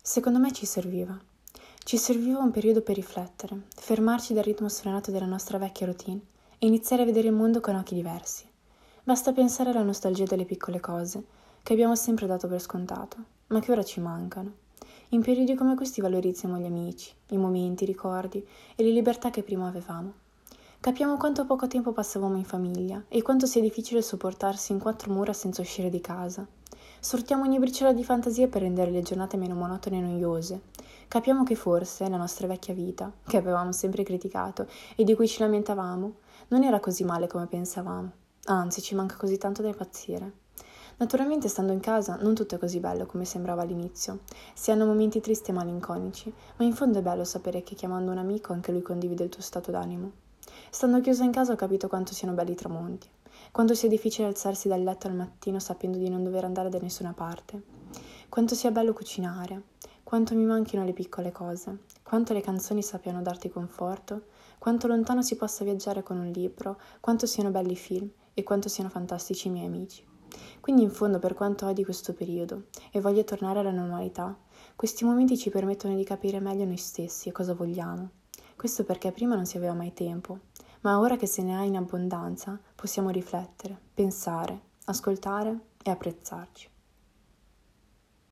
Secondo me ci serviva. Ci serviva un periodo per riflettere, fermarci dal ritmo sfrenato della nostra vecchia routine e iniziare a vedere il mondo con occhi diversi. Basta pensare alla nostalgia delle piccole cose, che abbiamo sempre dato per scontato, ma che ora ci mancano. In periodi come questi valorizziamo gli amici, i momenti, i ricordi e le libertà che prima avevamo. Capiamo quanto poco tempo passavamo in famiglia e quanto sia difficile sopportarsi in quattro mura senza uscire di casa. Sortiamo ogni briciola di fantasia per rendere le giornate meno monotone e noiose. Capiamo che forse la nostra vecchia vita, che avevamo sempre criticato e di cui ci lamentavamo, non era così male come pensavamo. Anzi, ci manca così tanto da impazzire. Naturalmente, stando in casa, non tutto è così bello come sembrava all'inizio. Si hanno momenti tristi e malinconici, ma in fondo è bello sapere che chiamando un amico anche lui condivide il tuo stato d'animo. Stando chiusa in casa ho capito quanto siano belli i tramonti, quanto sia difficile alzarsi dal letto al mattino sapendo di non dover andare da nessuna parte, quanto sia bello cucinare, quanto mi manchino le piccole cose, quanto le canzoni sappiano darti conforto, quanto lontano si possa viaggiare con un libro, quanto siano belli i film e quanto siano fantastici i miei amici. Quindi in fondo, per quanto odi questo periodo e voglia tornare alla normalità, questi momenti ci permettono di capire meglio noi stessi e cosa vogliamo. Questo perché prima non si aveva mai tempo, ma ora che se ne ha in abbondanza possiamo riflettere, pensare, ascoltare e apprezzarci.